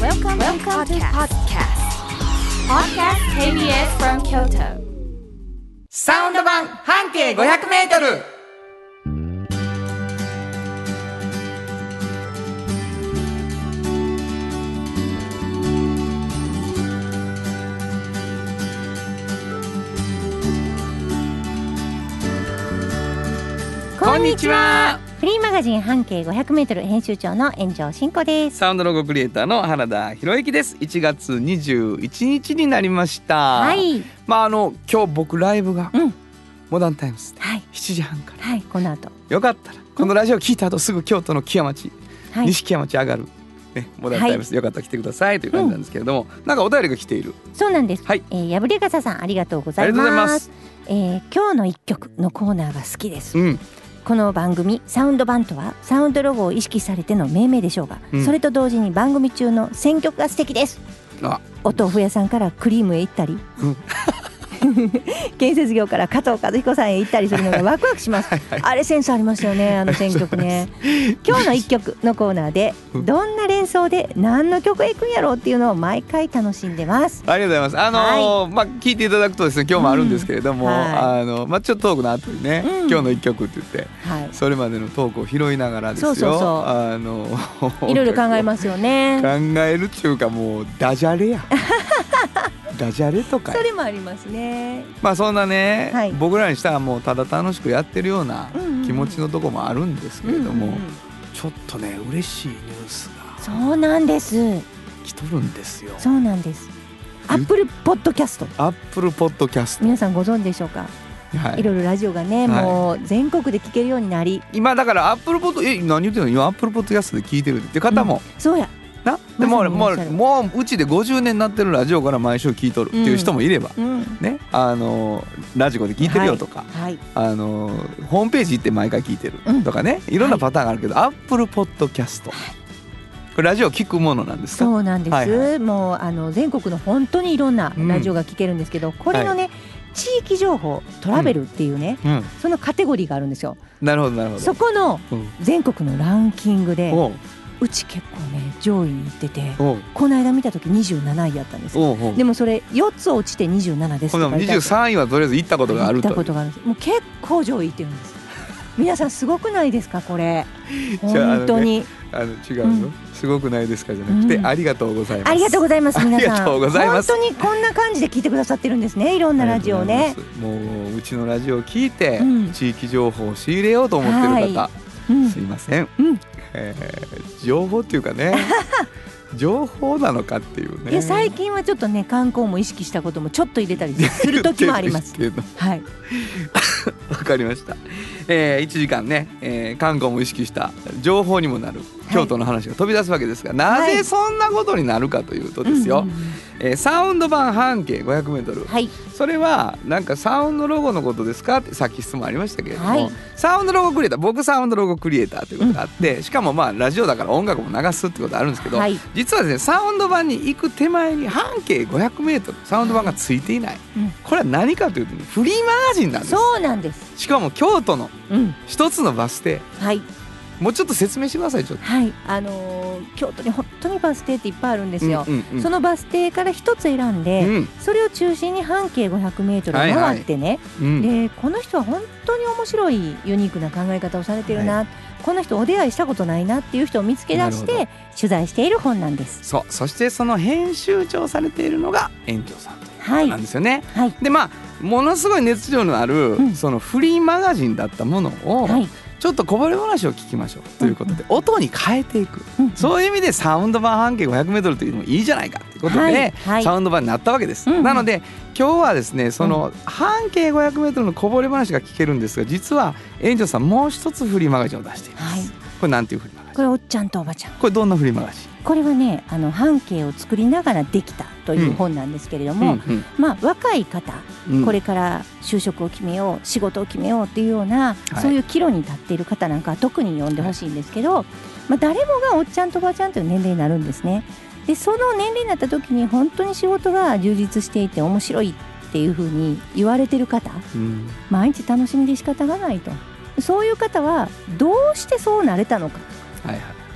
Welcome to podcast KBS from Kyoto. サウンド版半径500メートル。こんにちは。 フリーマガジン半径 500m 編集長の炎上真子です。 サウンドロゴクリエイターの原田博之です。1月21日になりました。 はい。 今日僕ライブが、モダンタイムズで7時半から、 この後よかったらこのラジオ聞いた後すぐ京都の木屋町、西木屋町上がる、モダンタイムズ、よかったら来てくださいという感じなんですけれども、なんかお便りが来ている。 そうなんです。破れ傘さんありがとうございます。今日の一曲のコーナーが好きです。この番組サウンド版とはサウンドロゴを意識されての命名でしょうが、それと同時に番組中の選曲が素敵です。お豆腐屋さんからクリームへ行ったり、建設業から加藤和彦さんへ行ったりするのがワクワクします。あれセンスありますよね、あの選曲ね。今日の一曲のコーナーでどんな連想で何の曲へ行くんやろうっていうのを毎回楽しんでます。 ありがとうございます。聞いていただくとですね、今日もあるんですけれども、ちょっとトークの後にね、今日の一曲って言って、それまでのトークを拾いながらですよ。 いろいろ考えますよね。 考えるっていうか、もうダジャレやダジャレとかそれもありますね。 そんなね、僕らにしたらもうただ楽しくやってるような気持ちのとこもあるんですけれども、ちょっとね嬉しいニュースがそうなんです来とるんですよ。 そうなんです。アップルポッドキャスト、皆さんご存知でしょうか。いろいろラジオがね、もう全国で聞けるようになり、 今だからアップルポッド何言ってるの、今アップルポッドキャストで聞いてるって方も、 そうやな。でもううちで50年になってるラジオから毎週聞いとるっていう人もいれば、ね、ラジコで聞いてるよとか、ホームページ行って毎回聞いてるとかね、いろんなパターンがあるけど、アップルポッドキャスト、これラジオ聞くものなんですか。 そうなんです。もう全国の本当にいろんなラジオが聞けるんですけど、これのね、地域情報トラベルっていうね、そのカテゴリーがあるんですよ。 なるほどなるほど。 そこの全国のランキングで、うち結構ね上位に行ってて、この間見た時27位やったんですよ。でもそれ4つ落ちて27です。 23位はとりあえず行ったことがあると。 行ったことがあるんです。もう結構上位行ってるんです。皆さんすごくないですかこれ。本当に違うの、すごくないですかじゃなくて、ありがとうございます。 ありがとうございます。皆さんありがとうございます。 本当にこんな感じで聞いてくださってるんですね、いろんなラジオね。 もううちのラジオを聞いて、地域情報を仕入れようと思ってる方、すいません、情報っていうかね情報なのかっていうね。 最近はちょっとね観光も意識したこともちょっと入れたりする時もありますわかりました。1時間ね、観光も意識した情報にもなる京都の話が飛び出すわけですが、なぜそんなことになるかというとですよ、サウンド版半径 500m、それはなんかサウンドロゴのことですかってさっき質問ありましたけれども、サウンドロゴクリエイター、僕サウンドロゴクリエイターということがあって、しかもラジオだから音楽も流すってことあるんですけど、実はですねサウンド版に行く手前に半径 500m サウンド版がついていない、これは何かというと、フリーマガジンなんです。 そうなんです。 しかも京都の一つのバス停、もうちょっと説明してください。ちょっと京都に本当にバス停っていっぱいあるんですよ。そのバス停から一つ選んで、それを中心に半径 500m 回ってね、でこの人は本当に面白いユニークな考え方をされてるな、この人お出会いしたことないなっていう人を見つけ出して取材している本なんです。 そしてその編集長されているのが園長さんということなんですよね。でものすごい熱量のある、そのフリーマガジンだったものを、ちょっとこぼれ話を聞きましょうということで、音に変えていく、そういう意味でサウンド版半径 500m というのもいいじゃないかということで、サウンド版になったわけです。なので今日はですね、その半径 500m のこぼれ話が聞けるんですが、実は園長さんもう一つフリーマガジンを出しています。これなんていうフリーマガジン？ これおっちゃんとおばちゃん。 これどんなフリーマガジン？ これはね、半径を作りながらできたという本なんですけれども、若い方、これから就職を決めよう、仕事を決めようっていうような、そういう岐路に立っている方なんかは特に読んでほしいんですけど、誰もがおっちゃんとおばちゃんという年齢になるんですね。でその年齢になった時に本当に仕事が充実していて面白いっていうふうに言われてる方、毎日楽しみで仕方がないと、そういう方はどうしてそうなれたのか、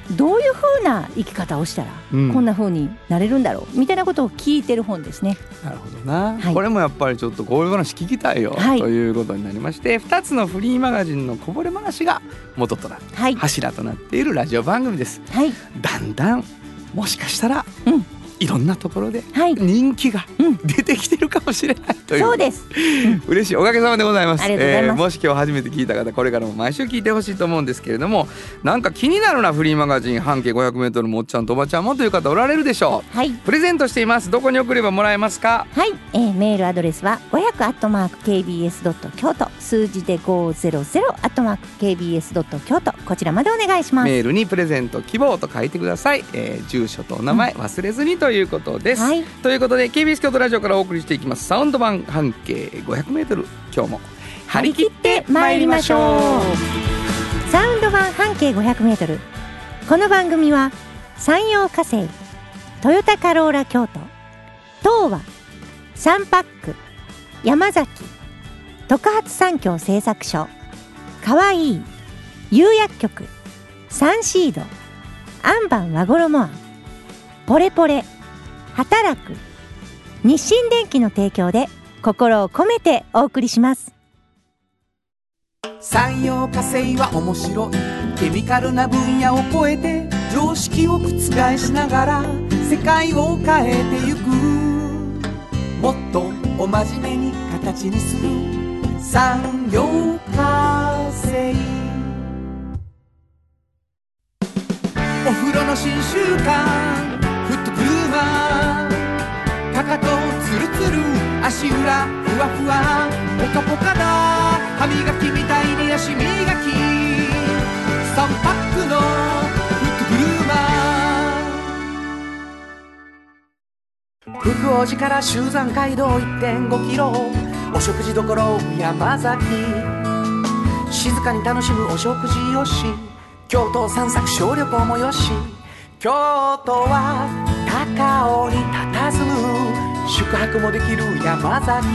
どういう風な生き方をしたらこんな風になれるんだろうみたいなことを聞いてる本ですね。 なるほどな、これもやっぱりちょっとこぼれ話聞きたいよ、ということになりまして、2つのフリーマガジンのこぼれ話が元となって、柱となっているラジオ番組です。だんだんもしかしたら、いろんなところで人気が出てきてるかもしれないという、 そうです、 嬉しい、おかげさまでございます。 ありがとうございます。 もし今日初めて聞いた方、これからも毎週聞いてほしいと思うんですけれども、なんか気になるなフリーマガジン半径 500m もおっちゃんとおばちゃんもという方おられるでしょう。プレゼントしています。どこに送ればもらえますか？ メールアドレスは 500@kbs.kyoto 数字で 500@kbs.kyoto こちらまでお願いします。 メールにプレゼント希望と書いてください。住所とお名前忘れずにということです。ということで KBS 京都ラジオからお送りしていきますサウンド版半径 500m、 今日も張り切って参りましょう。 サウンド版半径 500m、 この番組は山陽火星、トヨタカローラ京都、東和、サンパック、山崎、特発産業製作所、かわいい、釉薬局、サンシード、アンバン和衣あん、ポレポレ、働く、日清電機の提供で心を込めてお送りします。 産業化成は面白いケミカルな分野を超えて常識を覆しながら世界を変えてゆく、もっとお真面目に形にする産業化成。お風呂の新習慣フットブルーマー、かかとツルツル足裏ふわふわポカポカだ、歯磨きみたいに足磨き3パックのフットブルーマー。福王寺から集山街道 1.5 キロ、お食事処山崎、静かに楽しむお食事よし、京都散策小旅行もよし、京都は高尾に佇む宿泊もできる山崎。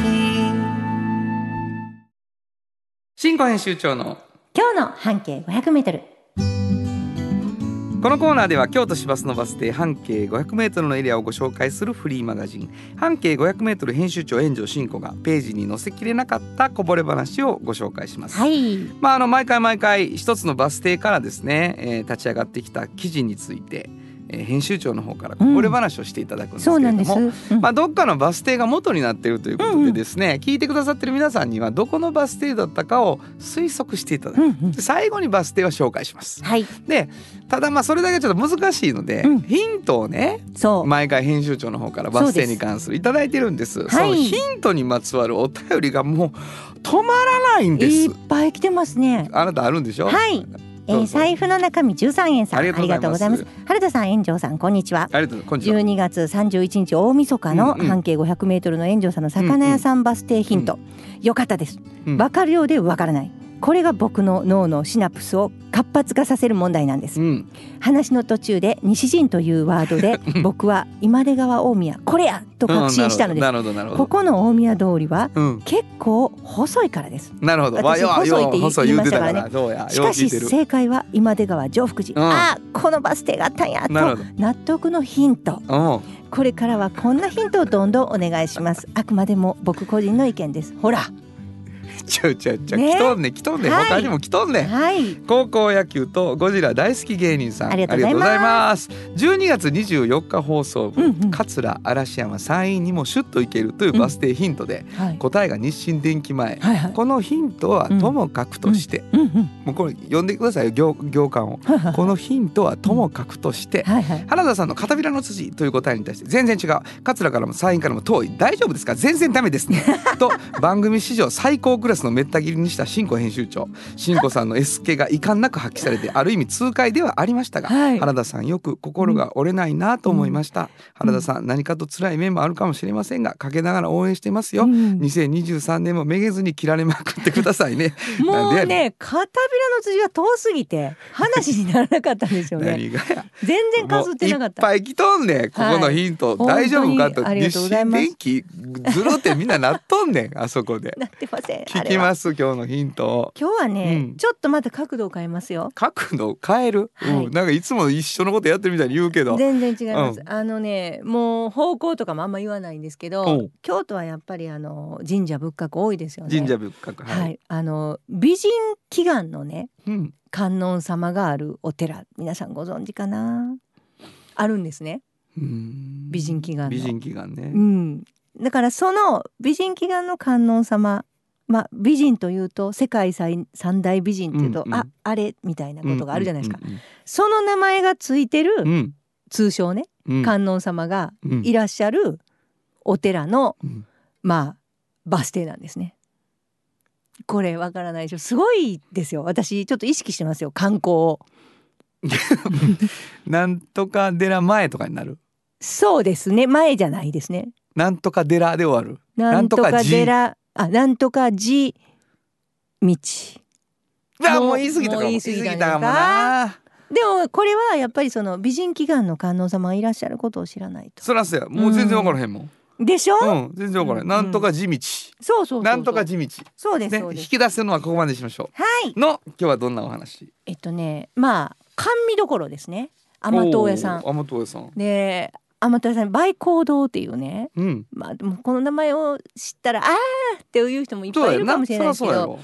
新語編集長の今日の半径 500m。 このコーナーでは京都市バスのバス停半径 500m のエリアをご紹介するフリーマガジン半径 500m 編集長炎上真子がページに載せきれなかったこぼれ話をご紹介します。毎回一つのバス停からですね、立ち上がってきた記事について編集長の方からこぼれ話をしていただくんですけれども、どっかのバス停が元になっているということでですね、聞いてくださっている皆さんにはどこのバス停だったかを推測していただく、で最後にバス停は紹介します。でただそれだけちょっと難しいので、ヒントをね毎回編集長の方からバス停に関するいただいてるんです。そのヒントにまつわるお便りがもう止まらないんです。 いっぱい来てますね。 あなたあるんでしょ？ 財布の中身13円さん、ありがとうございます。原田さん、炎上さん、こんにちは。12月31日大晦日の半径 500m の炎上さんの魚屋さんバス停ヒント、よかったです。分かるようで分からない、これが僕の脳のシナプスを活発化させる問題なんです、話の途中で西陣というワードで僕は今出川大宮これやと確信したのです。ここの大宮通りは結構細いからです。 なるほど、 私細いって言いましたからね。しかし正解は今出川常福寺、このバス停があったんやと納得のヒント。これからはこんなヒントをどんどんお願いします。あくまでも僕個人の意見です。ほら来とんね他にも来とんね、高校野球とゴジラ大好き芸人さん、ありがとうございます。12月24日放送分、桂嵐山山陰にもシュッと行けるというバス停ヒントで、答えが日清電機前、このヒントはともかくとして、もうこれ読んでくださいよ、行間をこのヒントはともかくとして、原田さんの片びらの辻という答えに対して全然違う、桂からも山陰からも遠い、大丈夫ですか、全然ダメですねと番組史上最高クラスのめった切りにした新子編集長、新子さんの S 気が遺憾なく発揮されてある意味痛快ではありましたが、原田さんよく心が折れないなと思いました。原田さん、何かと辛い面もあるかもしれませんが陰ながら応援していますよ、2023年もめげずに切られまくってくださいねもうね、片びらの辻は遠すぎて話にならなかったんですよね何がや、 全然数ってなかった。 いっぱい来とんねん、ここのヒント、大丈夫かと、日清電気ずるってみんななっとんねんあそこでなってません。 聞きます。今日のヒント。 今日はね、ちょっとまた角度を変えますよ。 角度を変える、なんかいつも一緒のことやってるみたいに言うけど全然違います。もう方向とかもあんま言わないんですけど、京都はやっぱり神社仏閣多いですよね。 神社仏閣、 はい、美人祈願のね、観音様があるお寺、皆さんご存知かな。あるんですね。美人祈願の。 美人祈願ね。 だからその美人祈願の観音様、美人というと世界三大美人というと、あれみたいなことがあるじゃないですか。その名前がついてる、通称ね、観音様がいらっしゃるお寺の、バス停なんですね。これわからないでしょ。すごいですよ。私ちょっと意識してますよ、観光を。 なんとか寺前とかになる。 そうですね、前じゃないですね。 なんとか寺で終わる。 なんとか寺、なんとか寺道。 もう言い過ぎたかも。言い過ぎたかもな。 でもこれはやっぱりその美人祈願の観音様がいらっしゃることを知らないと。 そらそうや。もう全然分からへんもん。 でしょ。 全然分からへん。なんとか寺道。 そうなんとか寺道。 そうですそうです。 引き出すのはここまでしましょう。 はい。 今日はどんなお話。 甘味どころですね。甘党屋さん。 甘党屋さん。 で。甘党屋さん、梅香堂っていうね、でもこの名前を知ったらっていう人もいっぱいいるかもしれないですけど、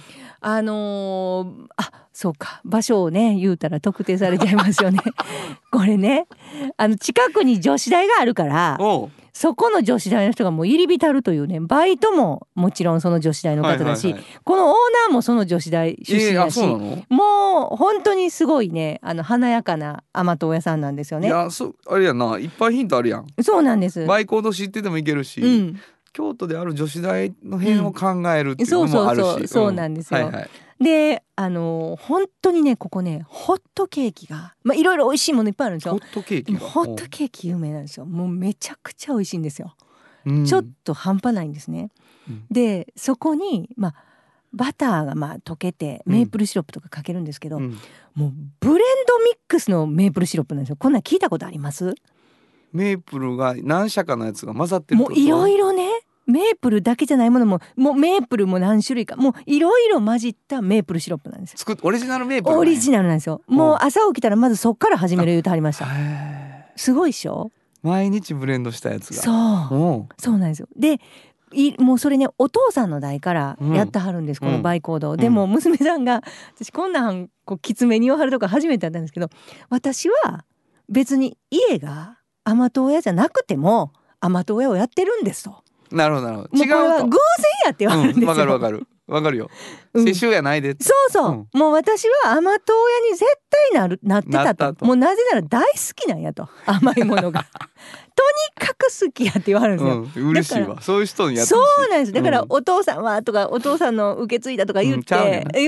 そうか、場所をね言うたら特定されちゃいますよね。これね、近くに女子大があるから、そこの女子大の人がもう入り浸るというね、バイトももちろんその女子大の方だし、このオーナーもその女子大出身だし、もう本当にすごいね、華やかな甘党屋さんなんですよね。 いや、あれやな、いっぱいヒントあるやん。 そうなんです。 バイコード知っててもいけるし、京都である女子大の辺を考えるっていうのもあるし、 そうなんですよ。で、本当にね、ここね、ホットケーキがいろいろ美味しいものいっぱいあるんですよ。 ホットケーキが、 ホットケーキ有名なんですよ。もうめちゃくちゃ美味しいんですよ。ちょっと半端ないんですね。で、そこにバターが溶けてメープルシロップとかかけるんですけど、もうブレンドミックスのメープルシロップなんですよ。こんなん聞いたことあります？ メープルが何社かのやつが混ざってる。 もういろいろね、メープルだけじゃないものも、もうメープルも何種類か、もういろいろ混じったメープルシロップなんですよ。 オリジナルメープル、 オリジナルなんですよ。もう朝起きたらまずそっから始める言うてはりました。すごいっしょ。 毎日ブレンドしたやつが。 そうなんですよ。でもうそれね、お父さんの代からやってはるんです、この梅香堂。でも娘さんが、私こんなんきつめに言わはるとか初めてやったんですけど、私は別に家が甘党屋じゃなくても甘党屋をやってるんですと。 なるほどなるほど。 違うと。もうこれは偶然やって言われるんですよ。 わかるよ。世襲やないで。 もう私は甘党屋に絶対なってたと。もうなぜなら大好きなんやと、甘いものが。とにかく好きやって言われるんですよ。 嬉しいわ。そういう人にやってほしい。 そうなんです。だからお父さんはとか、お父さんの受け継いだとか言って、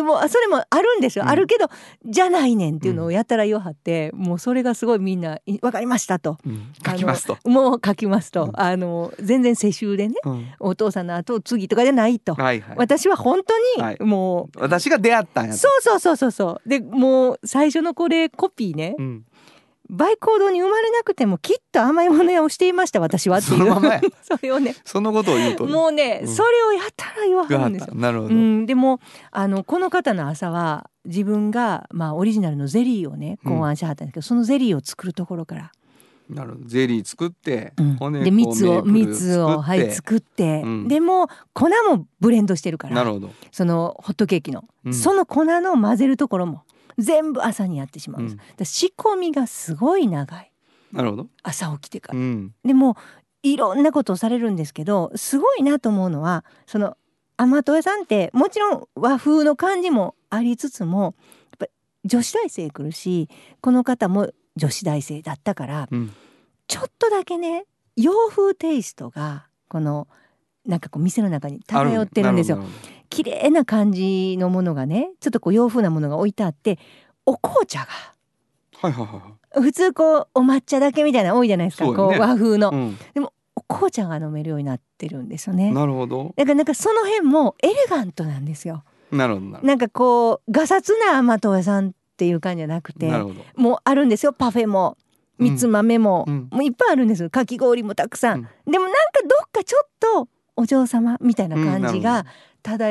もうそれもあるんですよ。あるけどじゃないねんっていうのをやたら言わはって、もうそれがすごいみんな分かりましたと。 書きますと。 もう書きますと。全然世襲でね、お父さんの後継ぎとかじゃないと。私は本当にもう私が出会ったんや。 そうで、もう最初のこれコピーね。梅香堂に生まれなくてもきっと甘いもの屋をしていました私はっていう。それをね、 そのことを言うともうね、それをやたら言わはるんですよ。 なるほど。 でもこの方の朝は自分がオリジナルのゼリーをね考案しはったんですけど、そのゼリーを作るところから。 なるほど。ゼリー作って、 で蜜を作って、でも粉もブレンドしてるから。 なるほど。 そのホットケーキの、その粉の混ぜるところも全部朝にやってしまうんです。仕込みがすごい長い。 なるほど。 朝起きてから。でもいろんなことをされるんですけど、すごいなと思うのは、その甘党屋さんってもちろん和風の感じもありつつも、やっぱ女子大生来るし、この方も女子大生だったから、ちょっとだけね洋風テイストがこのなんか店の中に漂ってるんですよ。綺麗な感じのものがね、ちょっと洋風なものが置いてあって、お紅茶が、普通お抹茶だけみたいなの多いじゃないですか、和風の、でもお紅茶が飲めるようになってるんですよね。 なるほど。 だからなんかその辺もエレガントなんですよ。 なるほど。 なんかガサツな甘党屋さんっていう感じじゃなくて、もうあるんですよ。パフェもみつ豆も、もういっぱいあるんです。かき氷もたくさん、でもなんかどっかちょっとお嬢様みたいな感じが漂って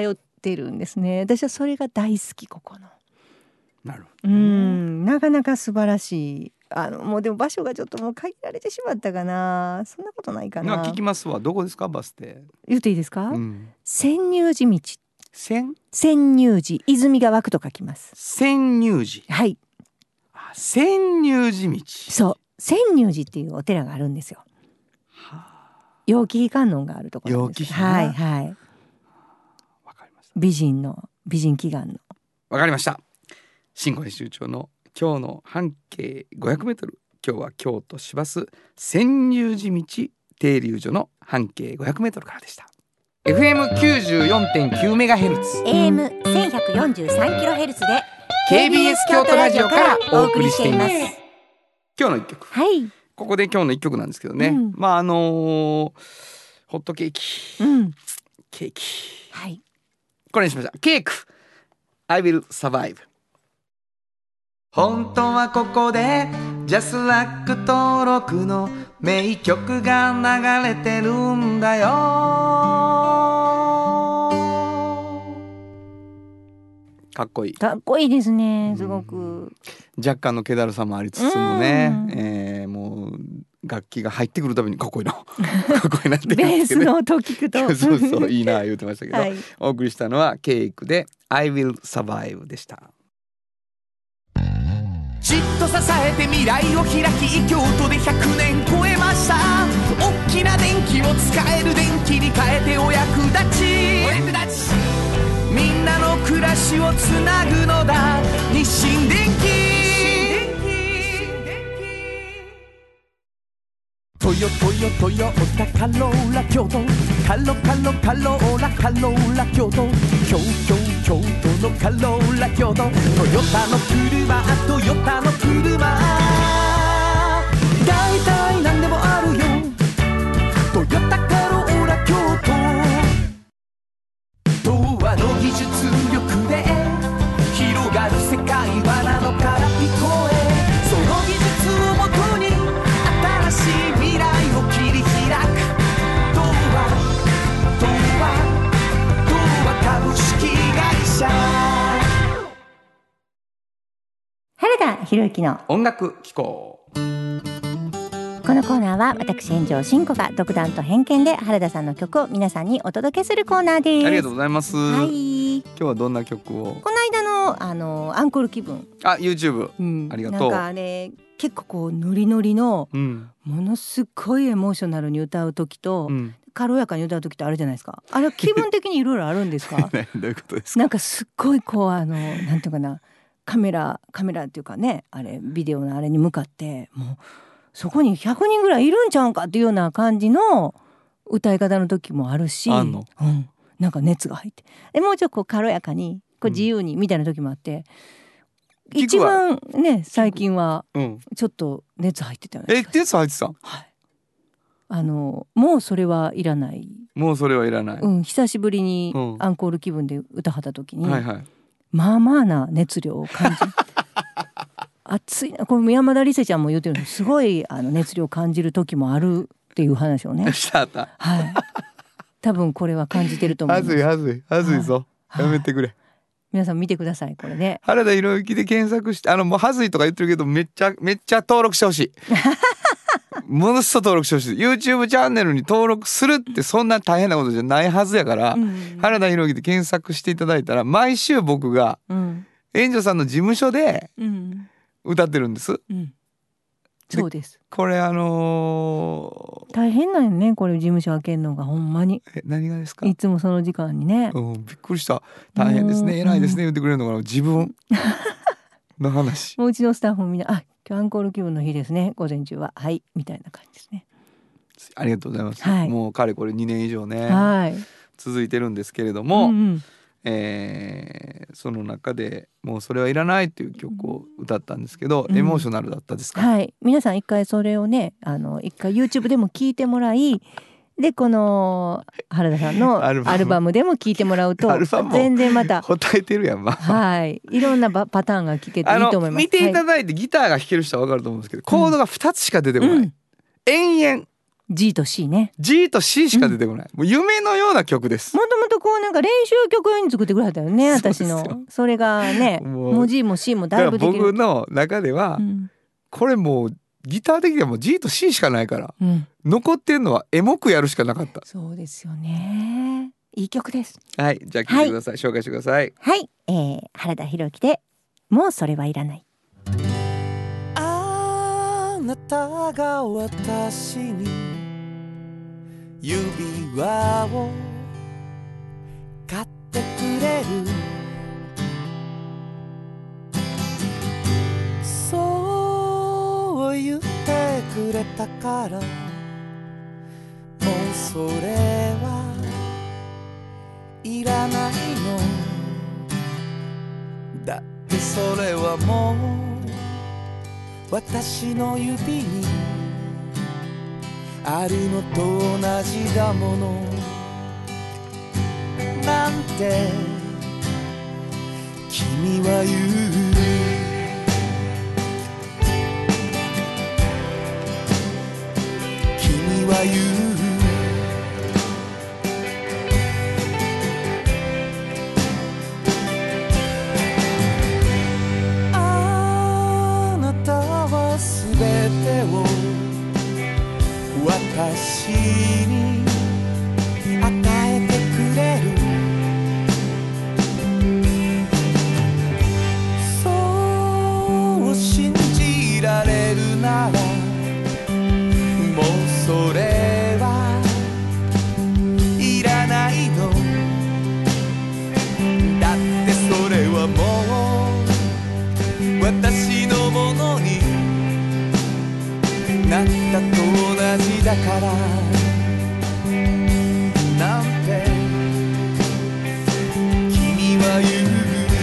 てるんですね。私はそれが大好き。ここのなるほど、ね、 なかなか素晴らしい。もうでも場所がちょっともう限られてしまったかな。そんなことないかな。 聞きますわ。どこですかバス停。 言っていいですか、潜入寺道。潜入寺、泉が湧くと書きます。 潜入寺。 はい。 潜入寺道。 そう、潜入寺っていうお寺があるんですよ。楊貴妃観音があるところなんです。はいはい。 わかりました。 美人祈願の。 わかりました。新庫編集長の今日の半径500メートル。今日は京都市バス潜入寺道停留所の半径500メートルからでした。FM94.9 メガヘルツ、 AM1143 キロヘルツで KBS 京都ラジオからお送りしています。今日の一曲。 はい。 ここで今日の一曲なんですけどね。ホットケーキ、ケーキ。 はい。 これにしました。ケーク。I will survive。本当はここでジャスラック登録の名曲が流れてるんだよ。かっこいい。 かっこいいですね。すごく。 若干の気だるさもありつつもね、もう楽器が入ってくるたびにかっこいいなかっこいいなってベースの音聞くとそうそういいな言ってましたけど、 はい、 お送りしたのはケークで I will survive でした。 じっと支えて未来を開き京都で100年超えました。大きな電気を使える電気に変えてお役立ち、みんなの暮らしをつなぐのだ日清電気。トヨタカローラ京都、カローラ京都、京都のカローラ京都、トヨタの車、だいたいなんでもあるよ、トヨタカローラ京都。童話の技術力で広がる世界はなのから聞こえ、その技術をもとに新しい未来を切り開く。童話株式会社。 原田博之の音楽機構。 このコーナーは私炎上真子が独断と偏見で原田さんの曲を皆さんにお届けするコーナーです。 ありがとうございます。 はい。 今日はどんな曲を？ この間のアンコール気分。 YouTube、ありがとう。 なんかね結構こうノリノリの、ものすごいエモーショナルに歌う時と、軽やかに歌う時とあるじゃないですか。あれは気分的にいろいろあるんですか？ ね、どういうことですか？ なんかすっごいこうなんていうかな、カメラっていうかね、あれビデオのあれに向かってもうそこに100人ぐらいいるんちゃうんかっていうような感じの歌い方の時もあるし、なんか熱が入ってでもうちょっとこう軽やかにこう自由にみたいな時もあって、一番ね最近はちょっと熱入ってたよね。 熱入ってた？ はい。もうそれはいらない。 もうそれはいらない。 久しぶりにアンコール気分で歌はった時に、まあまあな熱量を感じ熱いな。これ山田理瀬ちゃんも言ってるの、すごい熱量を感じる時もあるっていう話をねはい。多分これは感じてると思います。 はずいぞ、やめてくれ。 皆さん見てくださいこれね。 原田博之で検索してもうはずいとか言ってるけどめっちゃ登録してほしいものすごく登録してほしい。 YouTube チャンネルに登録するってそんな大変なことじゃないはずやから、原田博之で検索していただいたら毎週僕が援助さんの事務所で歌ってるんです、 そうです。 これ大変なんよねこれ事務所開けるのがほんまに。 何がですか？ いつもその時間にね、 びっくりした。大変ですね偉いですね言ってくれるのかな自分の話もううちのスタッフもみんな今日アンコール気分の日ですね午前中ははいみたいな感じですね。 ありがとうございます、もうかれこれ2年以上ね、続いてるんですけれども、その中でもうそれはいらないっていう曲を歌ったんですけど、エモーショナルだったですか？ 皆さん一回それをね一回 YouTube でも聞いてもらい、でこの原田さんのアルバムでも聞いてもらうと全然また答えてるやん、 いろんなパターンが聞けていいと思います。 見ていただいてギターが弾ける人は分かると思うんですけど、コードが2つしか出てこない、延々 G と C ね。 G と C しか出てこない、もう夢のような曲です。 もともとこうなんか練習曲用に作ってくれたよね、私の。それがね、もう G も C もだいぶできる。 僕の中では、これもうギター的にはもう G と C しかないから、残ってるのはエモくやるしかなかった。 そうですよね。いい曲です。 はい、じゃあ聴いてください、紹介してください。 はい、原田裕之でもうそれはいらない。 あなたが私に指輪を買ってくれる、そう言ってくれたから、もうそれはいらないのだって、それはもう私の指にあるのと同じだものなんて君は言う。君は言う。あなたはすべてを私に与えてくれる、そう信じられるなら、もうそれはいらないのだって、それはもう私のものになったと同じだから、なんて君は言う。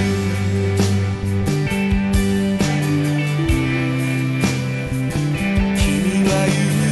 君は言う。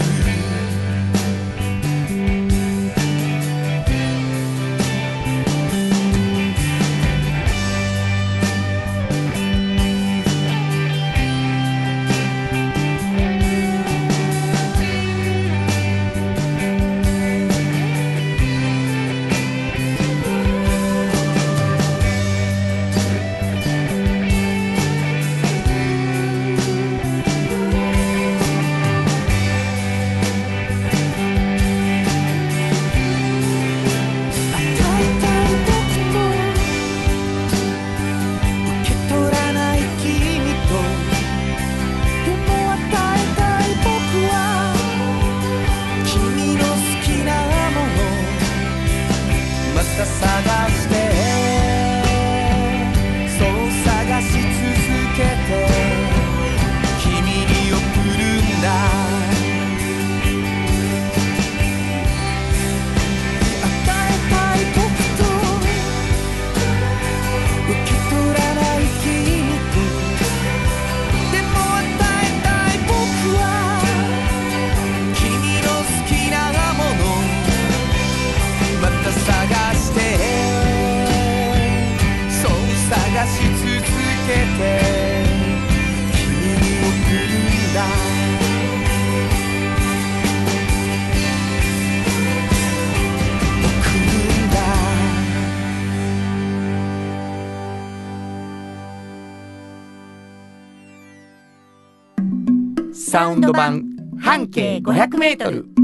サウンド版半径500メートル。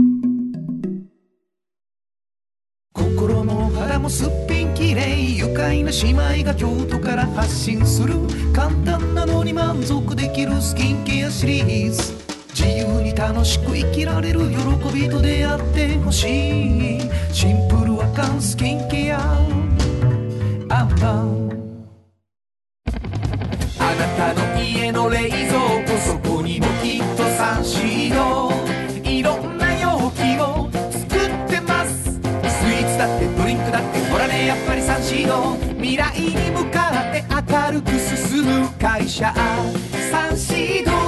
心も肌もすっぴんきれい、愉快な姉妹が京都から発信する、簡単なのに満足できるスキンケアシリーズ。自由に楽しく生きられる喜びと出会ってほしい、シンプルアカンスキンケアアンパン。あなたの家の冷蔵庫、そこにもきっとサンシード、いろんな容器を作ってます。スイーツだってドリンクだって、ほらねやっぱりサンシード。未来に向かって明るく進む会社、サンシード。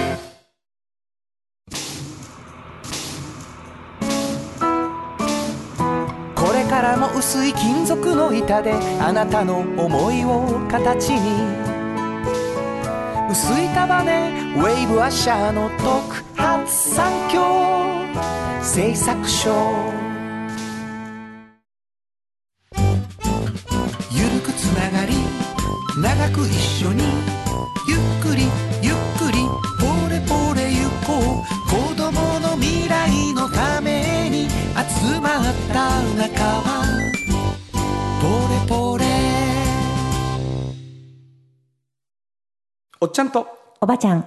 これからも薄い金属の板であなたの思いを形に、薄い束ねウェーブアッシャーの特発産業、 製作所。ゆるくつながり長く一緒にゆっくりゆっくりポレポレ行こう。子供の未来のために集まった仲間ポレポレ。 おっちゃんとおばちゃん。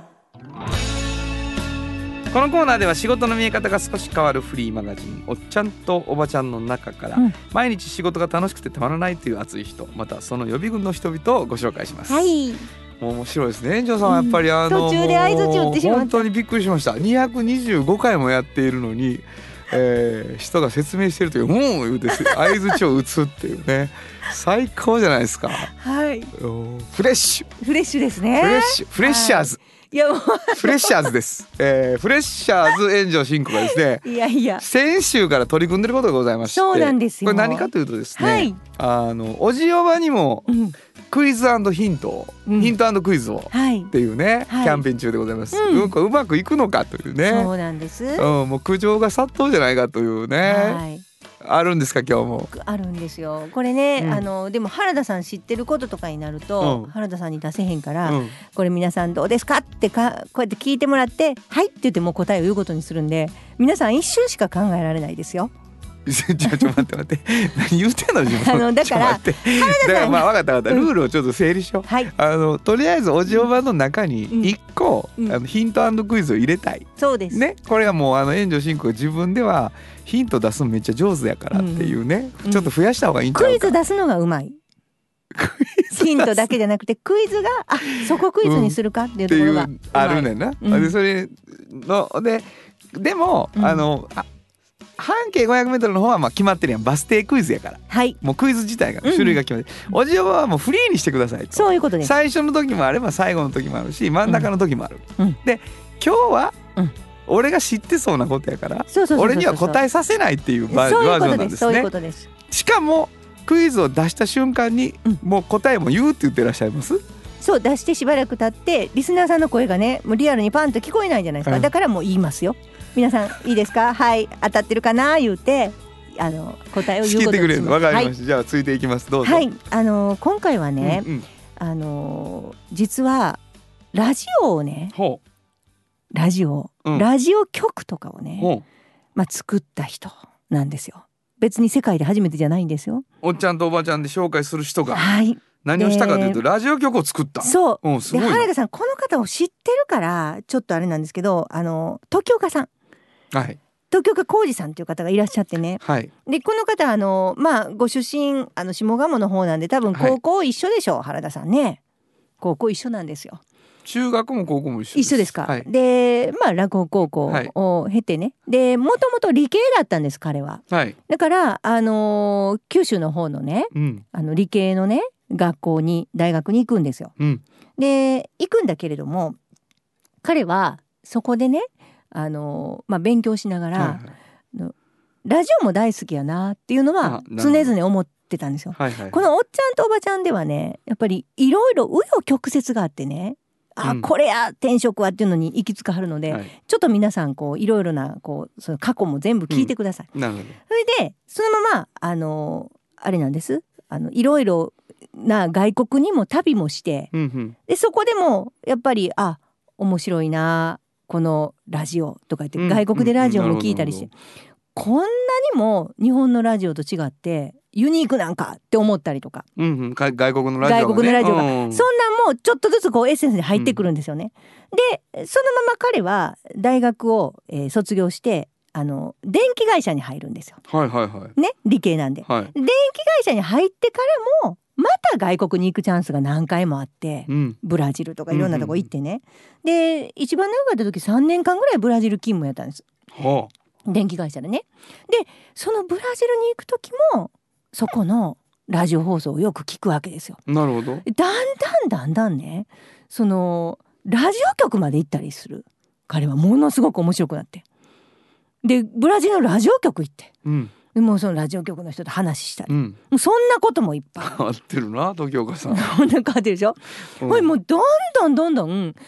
このコーナーでは仕事の見え方が少し変わるフリーマガジンおっちゃんとおばちゃんの中から、毎日仕事が楽しくてたまらないという熱い人、またその予備軍の人々をご紹介します。 はい、 もう面白いですね。園長さんはやっぱり途中で相槌打ってしまった。 本当にびっくりしました。225回もやっているのに、人が説明してるという言うて相槌を打つっていうね最高じゃないですか。 はい、 フレッシュですね。 フレッシャーズ、 いやもうフレッシャーズです、フレッシャーズ炎上進行がですねいや先週から取り組んでることがございまして、 そうなんですよ。 これ何かというとですね、 はい、 おじおばにもクイズ&ヒントを、ヒント&クイズをっていうね、キャンペーン中でございます。これうまくいくのかというね。 そうなんです。 もう苦情が殺到じゃないかというね、あるんですか今日も。あるんですよこれね、でも原田さん知ってることとかになると、原田さんに出せへんから、これ皆さんどうですかってこうやって聞いてもらってはいって言ってもう答えを言うことにするんで、皆さん一瞬しか考えられないですよ。 ちょ待って何言ってんの自分。 だから分かったルールをちょっと整理しよう、とりあえずおじおばの中に1個、ヒント&クイズを入れたい。 そうですね。これはもう炎上進行が自分ではヒント出すのめっちゃ上手やからっていうね、ちょっと増やした方がいいんちゃうか。 クイズ出すのがうまい。ヒントだけじゃなくてクイズがそこクイズにするかっていうところがあるねんな。でそれのでも半径 500m の方は決まってるやん。バス停クイズやから、もうクイズ自体が種類が決まって、おじおばはもうフリーにしてくださいと。 そういうことです。 最初の時もあれば最後の時もあるし真ん中の時もある、で今日は、俺が知ってそうなことやから俺には答えさせないっていうバージョンなんですね。 そういうことです。 しかもクイズを出した瞬間に、もう答えも言うって言ってらっしゃいます。 そう出してしばらく経ってリスナーさんの声がねもうリアルにパンと聞こえないじゃないですか、だからもう言いますよ。皆さんいいですか、はい当たってるかな言うて答えを言うことにします。聞いてくれるの分かりました、じゃあついていきます。どうぞ。 はい、今回はね、実はラジオをねラジオ局とかをね、作った人なんですよ。別に世界で初めてじゃないんですよ。 おっちゃんとおばちゃんで紹介する人が、何をしたかというとラジオ局を作った。 そう、 すごいな。 原田さんこの方を知ってるからちょっとあれなんですけど、時岡さん、時岡浩二さんという方がいらっしゃってね、でこの方ご出身下鴨の方なんで多分高校一緒でしょ、原田さんね。高校一緒なんですよ。 中学も高校も一緒ですか、で落語高校を経てね、でもともと理系だったんです彼は、だから九州の方のね、理系のね学校に大学に行くんですよ、で行くんだけれども彼はそこでね勉強しながら、ラジオも大好きやなっていうのは常々思ってたんですよ。このおっちゃんとおばちゃんではねやっぱりいろいろ紆余曲折があってね、これや転職はっていうのに行き着かはるので、ちょっと皆さんいろいろなその過去も全部聞いてください。なるほど。それでそのままあれなんです、いろいろな外国にも旅もして、でそこでもやっぱり面白いなこのラジオとか言って外国でラジオも聞いたりして、こんなにも日本のラジオと違ってユニークなんかって思ったりとか、 外国のラジオが、 そんなんもちょっとずつエッセンスに入ってくるんですよね。でそのまま彼は大学を、卒業して電気会社に入るんですよ。ね、理系なんで、電気会社に入ってからもまた外国に行くチャンスが何回もあって、ブラジルとかいろんなとこ行ってね、で一番長かった時3年間ぐらいブラジル勤務やったんです、電気会社でね。でそのブラジルに行く時もそこのラジオ放送をよく聞くわけですよ。 なるほど。 だんだんねそのラジオ局まで行ったりする彼はものすごく面白くなって、でブラジルのラジオ局行って、でもうそのラジオ局の人と話したり、もうそんなこともいっぱい変わってるな時岡さん。 変わってるでしょ、もうどんどんこ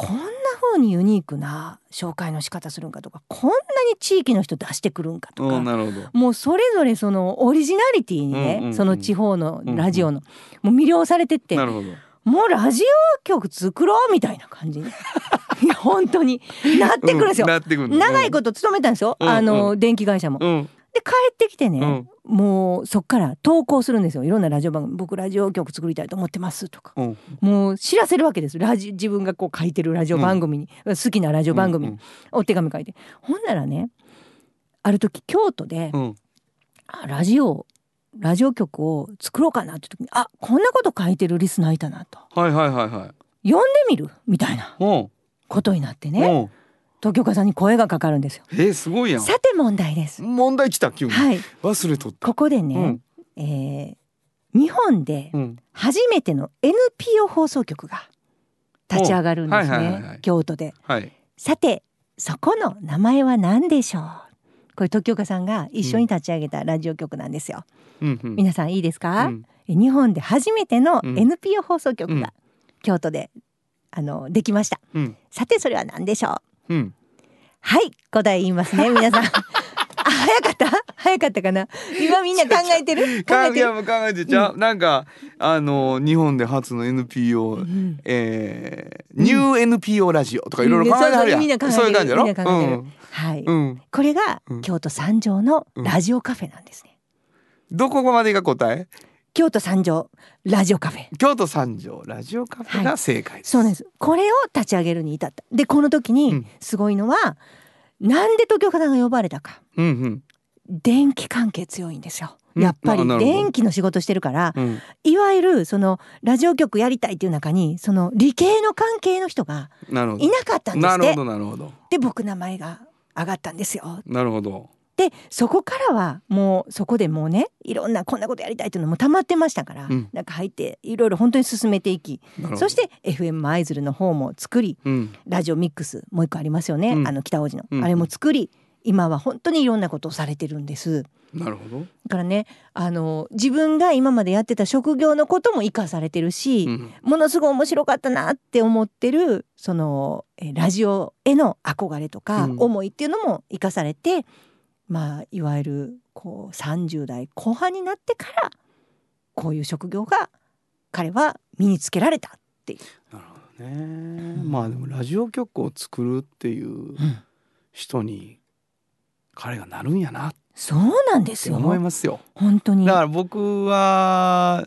こんな風にユニークな紹介の仕方するんかとか、こんなに地域の人出してくるんかとか、 なるほど。 もうそれぞれそのオリジナリティにね、その地方のラジオの、もう魅了されてって、 なるほど。 もうラジオ局作ろうみたいな感じにいや本当になってくるんですよ。長いこと勤めたんですよ、電気会社も。で帰ってきてね、もうそっから投稿するんですよ。いろんなラジオ番組、僕ラジオ局作りたいと思ってますとか、もう知らせるわけです。自分がこう書いてるラジオ番組に、好きなラジオ番組にお手紙書いて、ほんならね、ある時京都で、ラジオ局を作ろうかなって時に、こんなこと書いてるリスナーいたなと、読んでみるみたいなことになってね、東京さんに声がかかるんですよ。 すごいやん。 さて問題です。 問題来た急に、忘れとった。 ここでね、日本で初めての NPO 放送局が立ち上がるんですね、京都で。さてそこの名前は何でしょう。これ時岡さんが一緒に立ち上げたラジオ局なんですよ。皆さんいいですか？日本で初めての NPO 放送局が京都でできました。さてそれは何でしょう？はい答え言いますね皆さん早かったかな。今みんな考えてる？ いやもう考えてちゃう、なんか日本で初の NPO、ニュー NPO ラジオとかいろいろ考えてあるやん。そういう感じやろ。 これが京都三条のラジオカフェなんですね。 どこまでが答え？ 京都三条ラジオカフェ。 京都三条ラジオカフェが正解です。 そうです。これを立ち上げるに至った。でこの時にすごいのは、なんで東京方が呼ばれたか、電気関係強いんですよ。やっぱり電気の仕事してるから、いわゆるそのラジオ局やりたいっていう中にその理系の関係の人がいなかったんですって。 なるほど。 で僕名前が上がったんですよ。 なるほど。 でそこからはもうそこでもうね、いろんなこんなことやりたいっていうのも溜まってましたから、なんか入っていろいろ本当に進めていき、そして FM 舞鶴の方も作り、ラジオミックスもう一個ありますよね、北大路の、あれも作り、今は本当にいろんなことをされてるんです。 なるほど。 だからね、自分が今までやってた職業のことも生かされてるし、ものすごい面白かったなって思ってるそのラジオへの憧れとか思いっていうのも生かされて、いわゆるこう30代後半になってからこういう職業が彼は身につけられたっていう。 なるほどね。でもラジオ局を作るっていう人に彼がなるんやな。 そうなんですよ。 思いますよ。 本当に。 だから僕は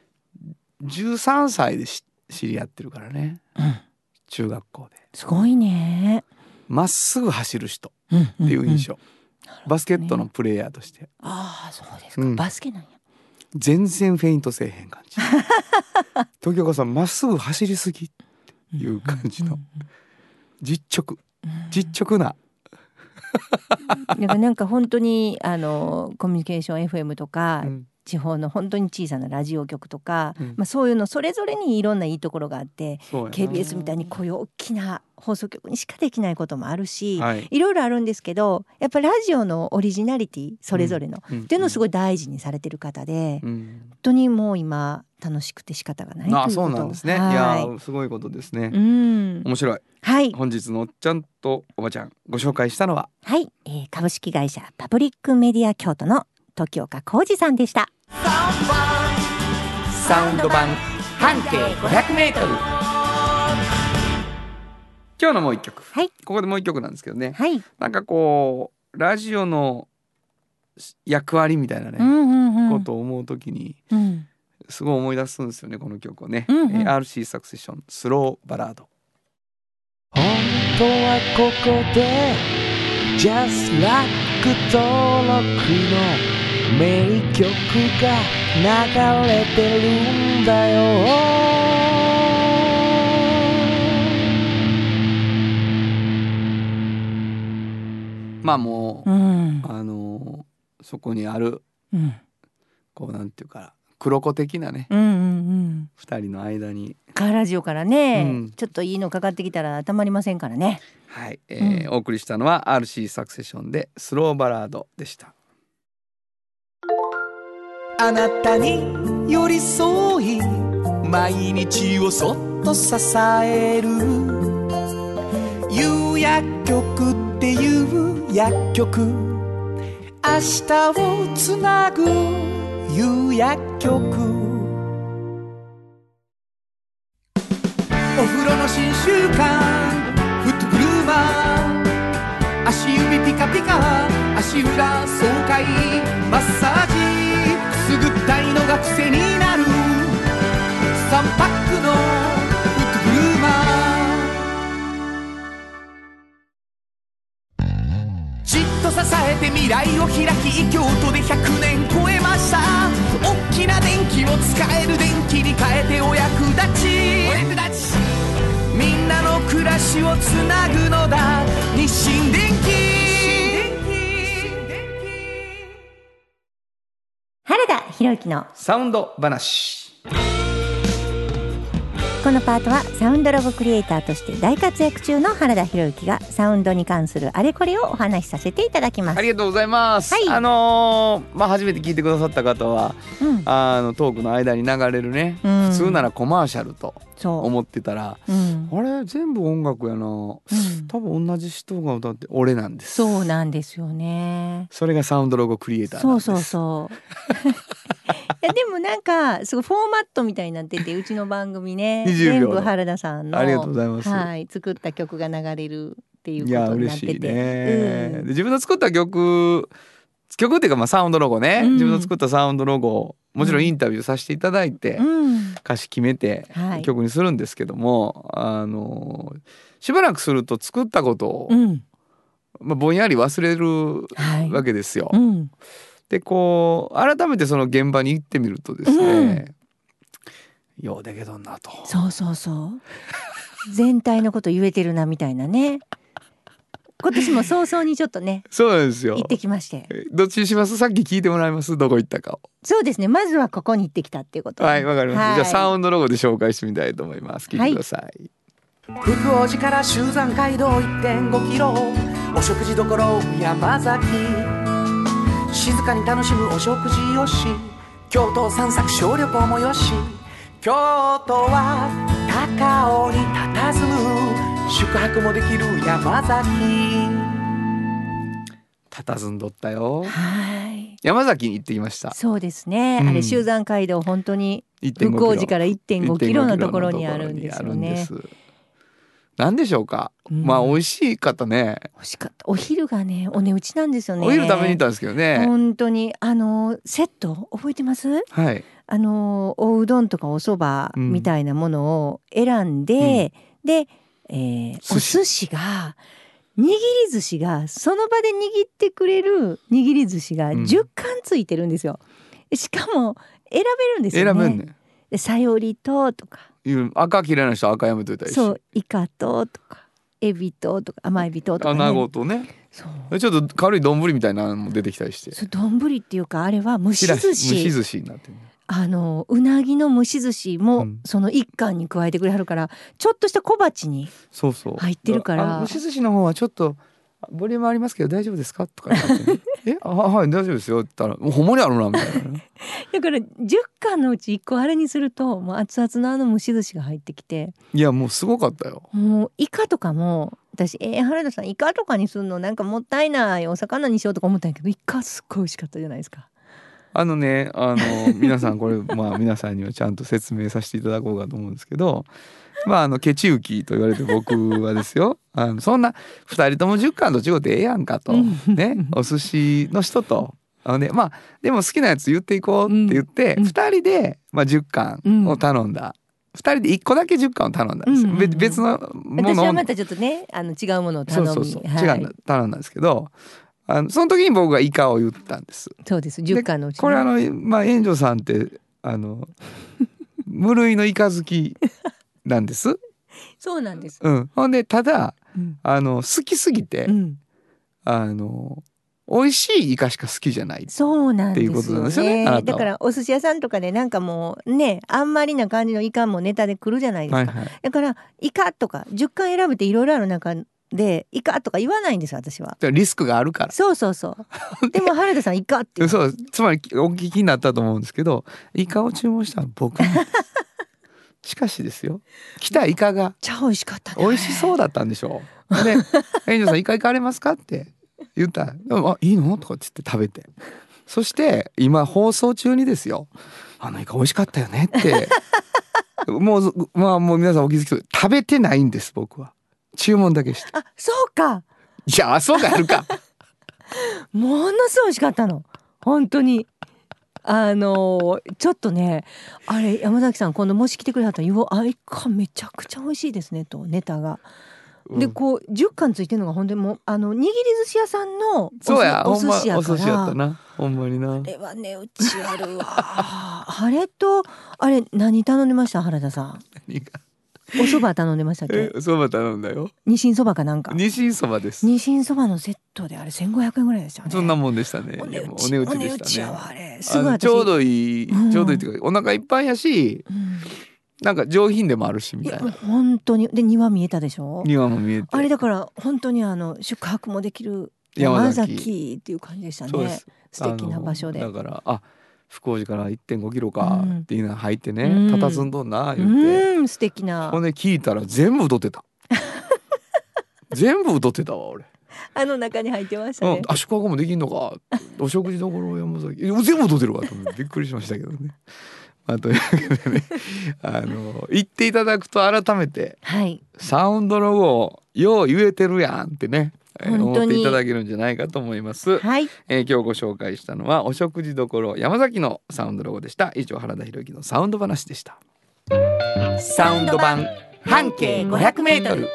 13歳で知り合ってるからね、中学校で。すごいね。 まっすぐ走る人っていう印象、バスケットのプレイヤーとして。 そうですか、バスケなんや。 全然フェイントせえへん感じ時岡さんまっすぐ走りすぎっていう感じの実直ななんか本当にコミュニケーション FM とか、地方の本当に小さなラジオ局とか、そういうのそれぞれにいろんないいところがあって、KBS みたいにこういう大きな放送局にしかできないこともあるし、いろいろあるんですけど、やっぱりラジオのオリジナリティそれぞれの、っていうのをすごい大事にされてる方で、本当にもう今楽しくて仕方がないということ。 そうなんですね。いやすごいことですね。面白い。本日のおっちゃんとおばちゃんご紹介したのは、 株式会社パブリックメディア京都の時岡浩二さんでした。 サウンド版半径 500m。 今日のもう一曲、ここでもう一曲なんですけどね、なんかこうラジオの役割みたいなね、ことを思うときに、すごい思い出すんですよね、この曲をね。RC サクセションスローバラード。 本当はここで Just Like 登録の名曲が流れてるんだよ。 もう、そこにある、こうなんていうか黒子的なね、2人の間にラジオからね、ちょっといいのかかってきたらたまりませんからね。 お送りしたのは RC サクセションでスローバラードでした。 あなたに寄り添い毎日をそっと支える夕薬局っていう薬局、明日をつなぐ夕薬局。お風呂の新習慣フットグルーマー、足指ピカピカ足裏爽快マッサージ、くすぐったいのが癖になる3パックのフットグルーマー。じっと支えて未来を開き、京都で100年超えました。大きな電気を使える電気に変えてお役立ち、みんなの暮らしをつなぐのだ日清電気。 原田博之のサウンド話。 このパートはサウンドロゴクリエイターとして大活躍中の原田博之がサウンドに関するあれこれをお話しさせていただきます。 ありがとうございます、 はい、 初めて聞いてくださった方は、トークの間に流れるね、普通ならコマーシャルと思ってたら、あれ全部音楽やな、多分同じ人が歌って俺なんです。 そうなんですよね。 それがサウンドロゴクリエイターなんです。 そういやでもなんかすごいフォーマットみたいになってて、うちの番組ね全部原田さんのありがとうございます、 作った曲が流れるっていうことになってて、 いや嬉しいね、で自分の作った曲っていうかサウンドロゴね、自分の作ったサウンドロゴもちろんインタビューさせていただいて、歌詞決めて曲にするんですけども、しばらくすると作ったことを、ぼんやり忘れるわけですよ、でこう改めてその現場に行ってみるとですね、ようでけどんなと、 そう全体のこと言えてるなみたいなね。今年も早々にちょっとねそうなんですよ、 行ってきまして。 どっちにします？さっき聞いてもらいます？どこ行ったかを。 そうですね、まずはここに行ってきたっていうこと、 はい、わかります、じゃあサウンドロゴで紹介してみたいと思います。聞いてください、 福王寺から集山街道 1.5 キロ、お食事処山崎、静かに楽しむお食事よし、京都散策小旅行もよし、京都は高尾に佇む宿泊もできる山崎。 佇んどったよ。 はい、 山崎に行ってきました。 そうですね、あれ集山街道本当に福王寺から 1.5 キロのところにあるんですよね。 なんでしょうか、美味しかったね。 美味しかった。お昼がねお値打ちなんですよね。 お昼食べに行ったんですけどね、 本当にセット覚えてます？ はい、 おうどんとかお蕎麦みたいなものを選んで、で、お寿司が握り寿司がその場で握ってくれる握り寿司が10貫ついてるんですよ、しかも選べるんですよね。 選べんね。 でさよりとか赤嫌いな人赤やめといたりし、 そうイカとかエビとか甘エビとかね、 穴子とね、そうちょっと軽い丼みたいなのも出てきたりして、 そう丼っていうかあれは蒸し寿司、 蒸し寿司になってる、 うなぎの蒸し寿司もその一貫に加えてくれはるから、ちょっとした小鉢に入ってるから、 蒸し寿司の方はちょっとボリュームありますけど大丈夫ですかとか言って、ね、はい大丈夫ですよって言ったらもうほんまにあるなみたいな、ね、 だから10貫のうち1個あれにするともう熱々の蒸し寿司が入ってきて、 いやもうすごかったよ。 もうイカとかも私原田さんイカとかにするのなんかもったいないお魚にしようとか思ったんやけど、イカすっごい美味しかったじゃないですか。 皆さんこれ皆さんにはちゃんと説明させていただこうかと思うんですけど、ケチウキと言われて僕はですよそんな2人とも10貫と違ってええやんかとね、お寿司の人とでも好きなやつ言っていこうって言って、2人で10貫を頼んだ、2人で1個だけ10貫を頼んだんですよ、別のものを。 私はまたちょっとね違うものを頼み、 頼んだんですけど、その時に僕がイカを言ったんです。 そうです、10貫のうち、ね、 これ援助さんって無類のイカ好きなんですそうなんです、 ほんでただ、好きすぎて、美味しいイカしか好きじゃないっていうことなんですよね。 だからお寿司屋さんとかでなんかもうねあんまりな感じのイカもネタで来るじゃないですか、だからイカとか10貫選べていろいろある中でイカとか言わないんです私は。 リスクがあるから。 そうでも原田さんイカってそうつまりお聞きになったと思うんですけど、イカを注文したの僕しかしですよ、来たイカが超美味しかったね。 美味しそうだったんでしょで園長さん一回行かれますかって言ったらあいいのとかって言って食べて、そして今放送中にですよ、イカ美味しかったよねってもう皆さんお気づきください、食べてないんです僕は。注文だけして。 あ、そうか。 じゃあそうかやるかものすごい美味しかったの本当に。ちょっとね、あれ山崎さん今度もし来てくれはったら「イカめちゃくちゃ美味しいですね」とネタが。でこう10貫ついてるのが本当にもう握り寿司屋さんのお寿司やから。 お寿司やったな、ほんまにな。 あれはねうちあるわあれとあれ何頼んでました原田さん。 何がお蕎麦頼んでましたっけ。 そば頼んだよ。 ニシンそばかなんか。 ニシンそばです。 ニシンそばのセットであれ1500円ぐらいでしたね。 そんなもんでしたね。 お値打ちでしたね。 あれすごいちょうどいい、ちょうどいいっていうかお腹いっぱいやし、なんか上品でもあるしみたいな。 本当にで庭見えたでしょ。 庭も見えて。 あれだから本当に宿泊もできる山崎っていう感じでしたね。そうです。素敵な場所で。 だから福王寺から 1.5 キロかっていうの入ってね、佇んどんな言って、 素敵な。 ほんで聞いたら全部踊ってた全部踊ってたわ俺。 中に入ってましたね。 宿泊もできんのかお食事どころ山崎全部踊ってるわと思ってびっくりしましたけどねというわけでね言っていただくと改めて、 はい、サウンドロゴよう言えてるやんってね思っていただけるんじゃないかと思います、 はい。 今日ご紹介したのはお食事どころ山崎のサウンドロゴでした。以上原田博之のサウンド話でした。サウンド版半径 500m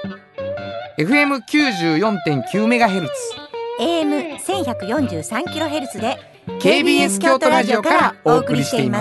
FM94.9 メガヘルツ AM1143 キロヘルツで KBS 京都ラジオからお送りしています。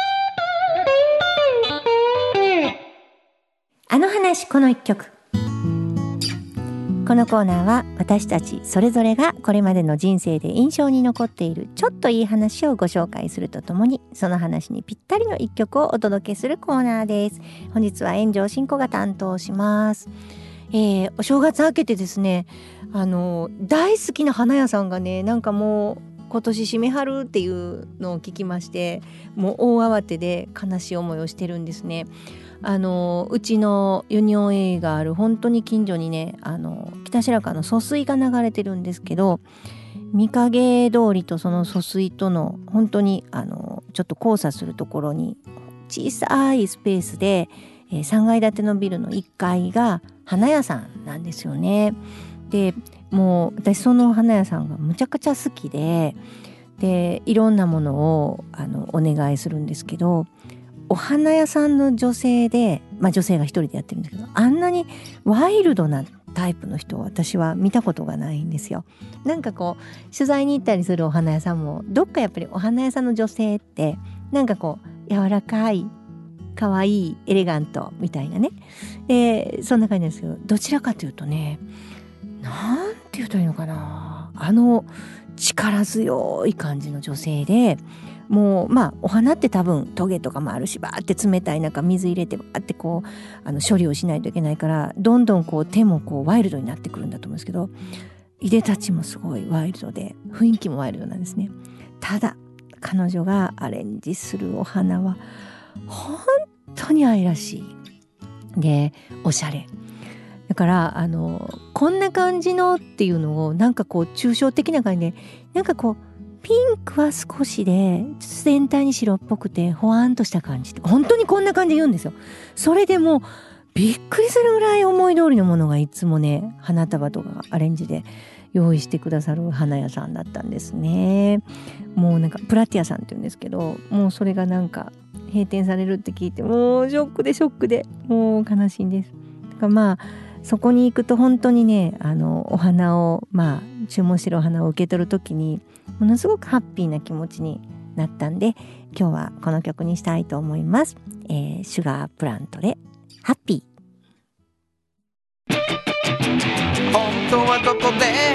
あの話この一曲。このコーナーは私たちそれぞれがこれまでの人生で印象に残っているちょっといい話をご紹介するとともに、その話にぴったりの一曲をお届けするコーナーです。本日は炎上真子が担当します。お正月明けてですね、大好きな花屋さんがね、なんかもう今年閉めはるっていうのを聞きまして、もう大慌てで悲しい思いをしてるんですね。うちのユニオン A がある本当に近所にね、北白川の疎水が流れてるんですけど、御影通りとその疎水との本当にちょっと交差するところに小さいスペースで、3階建てのビルの1階が花屋さんなんですよね。でもう私その花屋さんがむちゃくちゃ好きでいろんなものをお願いするんですけど、お花屋さんの女性で、女性が一人でやってるんですけど、あんなにワイルドなタイプの人を私は見たことがないんですよ。なんかこう取材に行ったりするお花屋さんもどっかやっぱりお花屋さんの女性ってなんかこう柔らかい可愛いエレガントみたいなね、そんな感じなんですけど、どちらかというとね、なんて言うといいのかな、力強い感じの女性で、もうお花って多分トゲとかもあるし、バーって冷たい中水入れてバーってこう処理をしないといけないから、どんどんこう手もこうワイルドになってくるんだと思うんですけど、いでたちもすごいワイルドで雰囲気もワイルドなんですね。ただ彼女がアレンジするお花は本当に愛らしいでおしゃれだから、こんな感じのっていうのをなんかこう抽象的な感じで、なんかこうピンクは少しで全体に白っぽくてほわんとした感じ、本当にこんな感じで言うんですよ。それでもびっくりするぐらい思い通りのものがいつもね、花束とかアレンジで用意してくださる花屋さんだったんですね。もうなんかプラティアさんって言うんですけど、もうそれがなんか閉店されるって聞いて、もうショックでもう悲しいんです。だからそこに行くと本当にね、お花を注文してるお花を受け取るときにものすごくハッピーな気持ちになったんで、今日はこの曲にしたいと思います。シュガープラントでハッピー。本当はどこで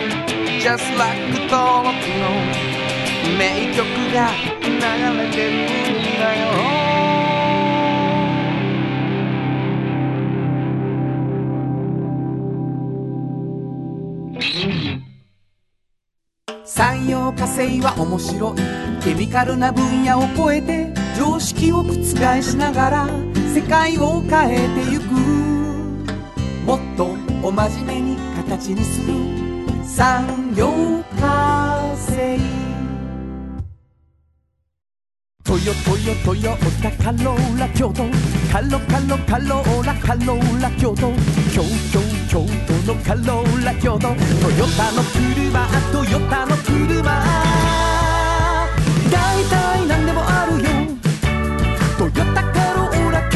Just like 登録の名曲が流れてるんだよ。 産業化成は面白いケミカルな分野を超えて常識を覆しながら世界を変えてゆくもっとを真面目に形にする産業化成トヨタカローラ京都カローラ京都京都のカローラ京都トヨタの車だいたいなんでもあるよトヨタカローラ京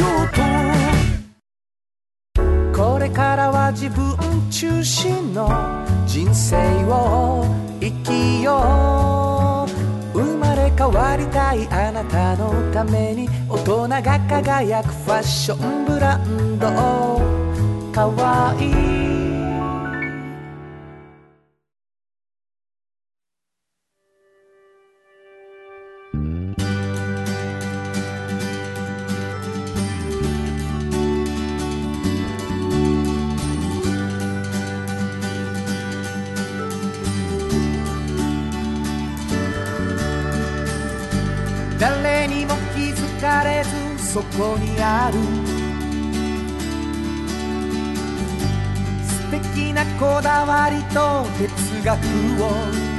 都これからは自分中心の人生を生きよう生まれ変わりたいあなたのために大人が輝くファッションブランドかわいい誰にも気づかれずそこにある素敵なこだわりと哲学を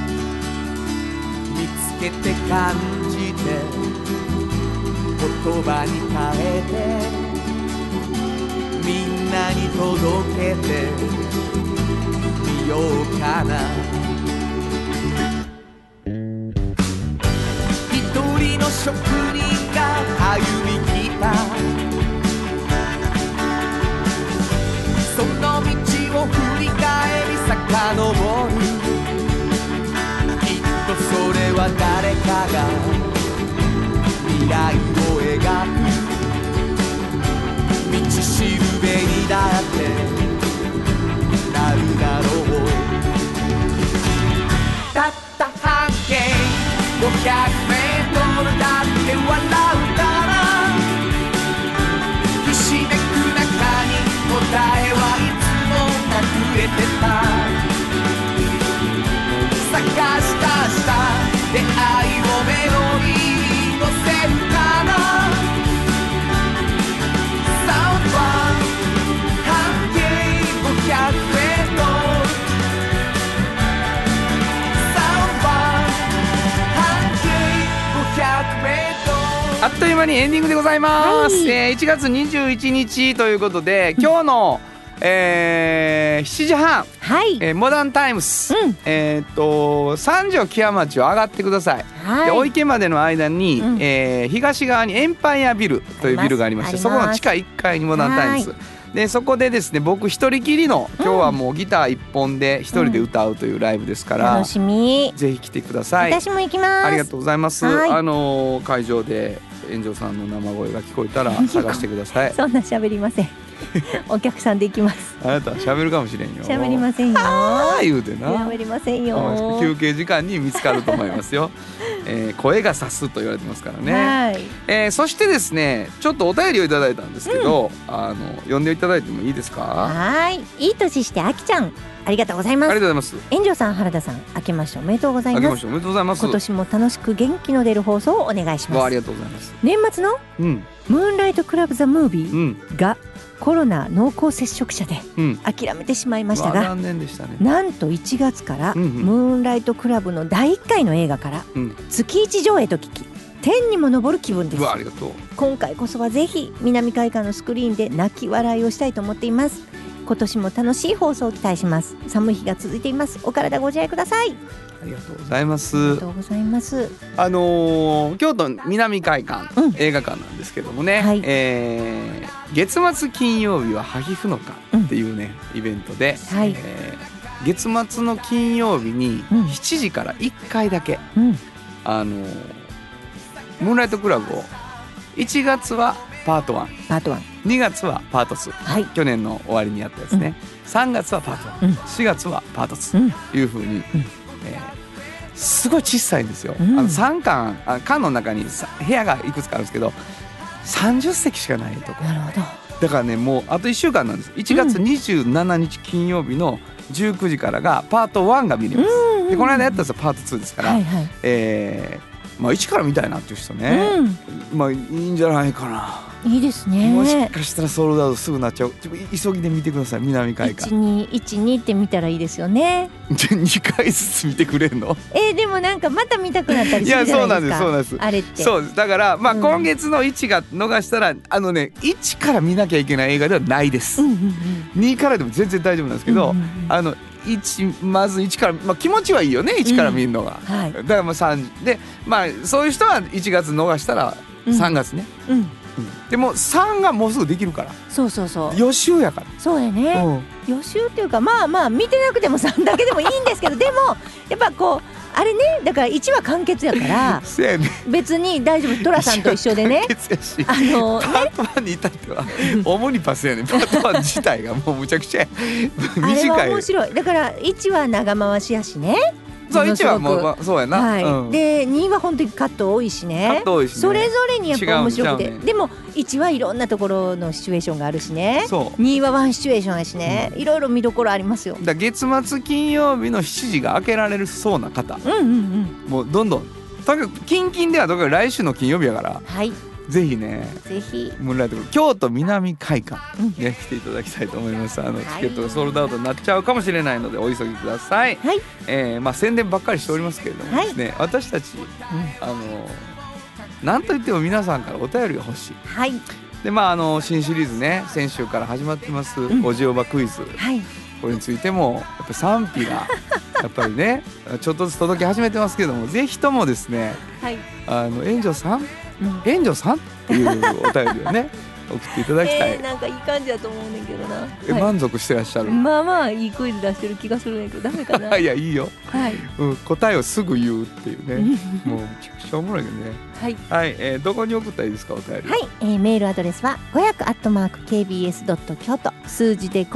見つけて感じて言葉に変えてみんなに届けてみようかな職人が歩み来たその道を振り返り遡るきっとそれは誰かが未来を描く道しるべにだってなるだろうたった半径500メートルだって笑うからひしめく中に答えはいつも隠れてた探し出した出会いをメロディーに乗せるかなサウンドは半径500メートルあっという間にエンディングでございます、1月21日ということで今日の、7時半、 はいモダンタイムス、三条木屋町を上がってください、でお池までの間に、東側にエンパイアビルというビルがありましてそこの地下1階にモダンタイムス、でそこでですね僕一人きりの今日はもうギター1本で一人で歌うというライブですから、 楽しみぜひ来てください。 私も行きます。 ありがとうございます、 はい会場で炎上さんの生声が聞こえたら探してくださいそんな喋りませんお客さんで行きます。 あなた喋るかもしれんよ。 喋りませんよ。 言うてな。 喋りませんよ。 休憩時間に見つかると思いますよ。声がさすと言われてますからね。 はい。 そしてですね、ちょっとお便りをいただいたんですけど、読んでいただいてもいいですか。 はい。いい年してあきちゃん、ありがとうございます。 ありがとうございます。 炎上さん、原田さん、明けましておめでとうございます。 明けましておめでとうございます。 今年も楽しく元気の出る放送をお願いします。 ありがとうございます。 年末のムーンライトクラブザムービーがコロナ濃厚接触者で諦めてしまいましたが、 残念でしたね。 なんと1月からムーンライトクラブの第1回の映画から月1上映と聞き、天にも昇る気分です。 ありがとう。 今回こそはぜひ南海岸のスクリーンで泣き笑いをしたいと思っています。今年も楽しい放送を期待します。寒い日が続いています。お体ご自愛ください。 ありがとうございます。 ありがとうございます。 京都南海岸、映画館なんですけどもね、はい、月末金曜日はハヒフノカっていうね、イベントで、はい、月末の金曜日に7時から1回だけ、ムーンライトクラブを1月はパート1、2月はパート2、はい、去年の終わりにやったやつね、3月はパート1、4月はパート2というふうに、すごい小さいんですよ。3館の中に部屋がいくつかあるんですけど30席しかないとこ。 なるほど。 だからね、もうあと1週間なんです。1月27日金曜日の19時からがパート1が見れます。でこの間やったやつはパート2ですから、はいはい、 まあ一から見たいなっていう人ね、まあいいんじゃないかな。 いいですね。 もしかしたらソールドアウトすぐなっちゃう。急ぎで見てください。南海岸 1212って見たらいいですよね。 2回ずつ見てくれるの？ でもなんかまた見たくなったりするじゃないですか。 そうなんですあれってそうです。だからまあ今月の1が逃したら、1から見なきゃいけない映画ではないです、2からでも全然大丈夫なんですけど、まず1から、まあ、気持ちはいいよね、1から見るのが、だからもう3で、まあそういう人は1月逃したら3月ね、でも3がもうすぐできるから。そう予習やから。そうやね、予習っていうか、まあ見てなくても3だけでもいいんですけどでもやっぱこうあれね、だから1話完結やから別に大丈夫。トラさんと一緒でねパート1に至ってはオムニパスやねん。パート1自体がもうむちゃくちゃ短い。あれは面白い。だから1話長回しやしね。そう1はもうそうやな、で2は本当にカット多いしね。それぞれにやっぱ面白くて、でも1はいろんなところのシチュエーションがあるしね。2はワンシチュエーションやしね、いろいろ見どころありますよ。だ月末金曜日の7時が開けられるそうな方、もうどんどんとにかくキンキンではどこか来週の金曜日やから、ぜひね、ムーンライト京都南会館ね、来ていただきたいと思います。チケットがソールドアウトになっちゃうかもしれないのでお急ぎください。まあ宣伝ばっかりしておりますけれどもですね、私たちなんといっても皆さんからお便りが欲しい。でまあ新シリーズね、先週から始まってますおじおばクイズ、これについてもやっぱ賛否がやっぱりねちょっとずつ届き始めてますけども、ぜひともですね、援助さんっていうお便りをね送っていただきたい。なんかいい感じだと思うねんけどな。満足してらっしゃる？まあまあいいクイズ出してる気がするんだけどダメかな。いやいいよ、答えをすぐ言うっていうねもうめちゃくちゃおもろいけどね。どこに送ったらいいですか、お便り？メールアドレスは500@kbs.kyoto、数字で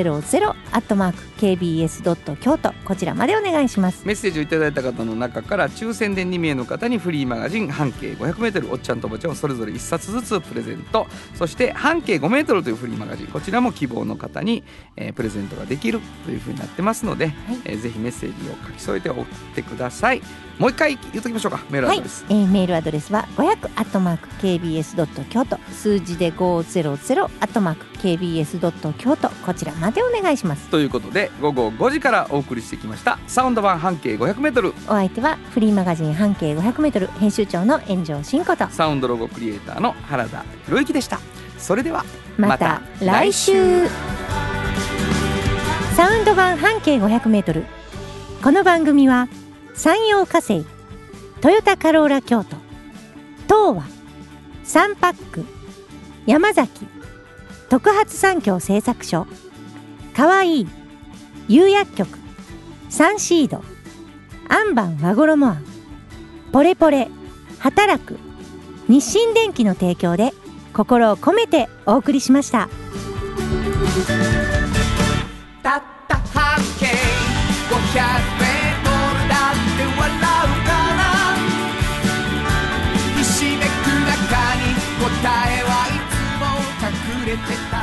500@kbs.kyoto、こちらまでお願いします。メッセージをいただいた方の中から抽選で2名の方にフリーマガジン半径 500m おっちゃんとおばちゃんをそれぞれ1冊ずつプレゼント。そして半径 5m というフリーマガジン、こちらも希望の方に、プレゼントができるというふうになってますので、ぜひメッセージを書き添えて送ってください。もう一回言っときましょうか、メールアドレス。メールアドレスは 500@kbs.kyoto、数字で 500@kbs.kyoto、こちらまでお願いします。ということで午後5時からお送りしてきましたサウンド版半径 500m。 お相手はフリーマガジン半径 500m 編集長の炎上真子とサウンドロゴクリエイターの原田博之でした。それではまた来週。サウンド版半径 500m、 この番組は山陽火星、トヨタカローラ京都、東和、サンパック、山崎、特発産業製作所、かわいい、釉薬局、サンシード、アンバン和衣あん、ポレポレ、働く、日清電機の提供で心を込めてお送りしました。たった半径500メートルだって笑うからひしめく中に答えはいつも隠れてた。